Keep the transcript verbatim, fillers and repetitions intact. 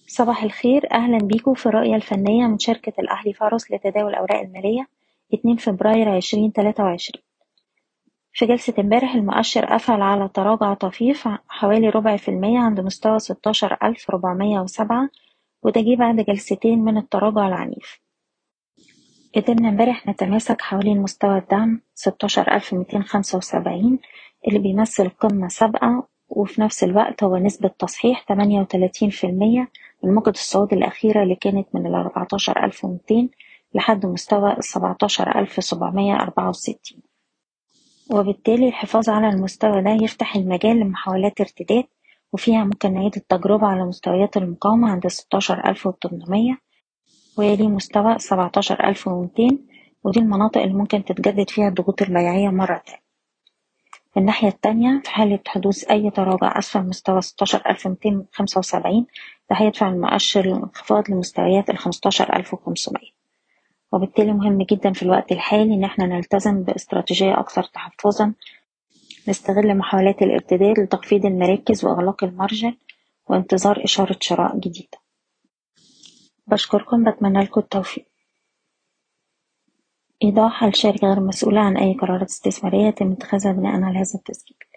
صباح الخير، أهلا بيكم في الرؤية الفنية من شركة الأهلي فارس لتداول الأوراق المالية اتنين فبراير عشرين تلاتة وعشرين. في جلسة امبارح المؤشر قفل على تراجع طفيف حوالي ربع في المية عند مستوى ستاشر ألف ربعمية وسبعة، وده جه بعد جلستين من التراجع العنيف. قدرنا امبارح نتماسك حوالين مستوى الدعم ستاشر ألف ميتين خمسة وسبعين اللي بيمثل قمة سابقة، وفي نفس الوقت هو نسبة تصحيح تمانية وتلاتين في المية من موجة الصعود الأخيرة اللي كانت من الأربعتاشر ألف ومتين لحد مستوى السبعتاشر ألف سبعمية أربعة وستين، وبالتالي الحفاظ على المستوى ده يفتح المجال لمحاولات ارتداد، وفيها ممكن نعيد التجربة على مستويات المقاومة عند ستاشر ألف وتمنمية ويلي مستوى سبعتاشر ألف ومتين، ودي المناطق اللي ممكن تتجدد فيها الضغوط البيعية مرة تانية. من الناحية التانية في حالة حدوث أي تراجع أسفل مستوى ستاشر ألف ميتين خمسة وسبعين ده هيدفع المؤشر للانخفاض لمستويات الخمستاشر ألف وخمسمية، وبالتالي مهم جدا في الوقت الحالي إن احنا نلتزم باستراتيجية أكثر تحفظا، نستغل محاولات الارتداد لتخفيض المراكز وإغلاق المارجن وانتظار إشارة شراء جديدة. بشكركم، بتمنى لكم التوفيق. إيضاح: الشركة غير مسؤولة عن أي قرارات استثمارية يتم اتخاذها بناء على هذا التسجيل.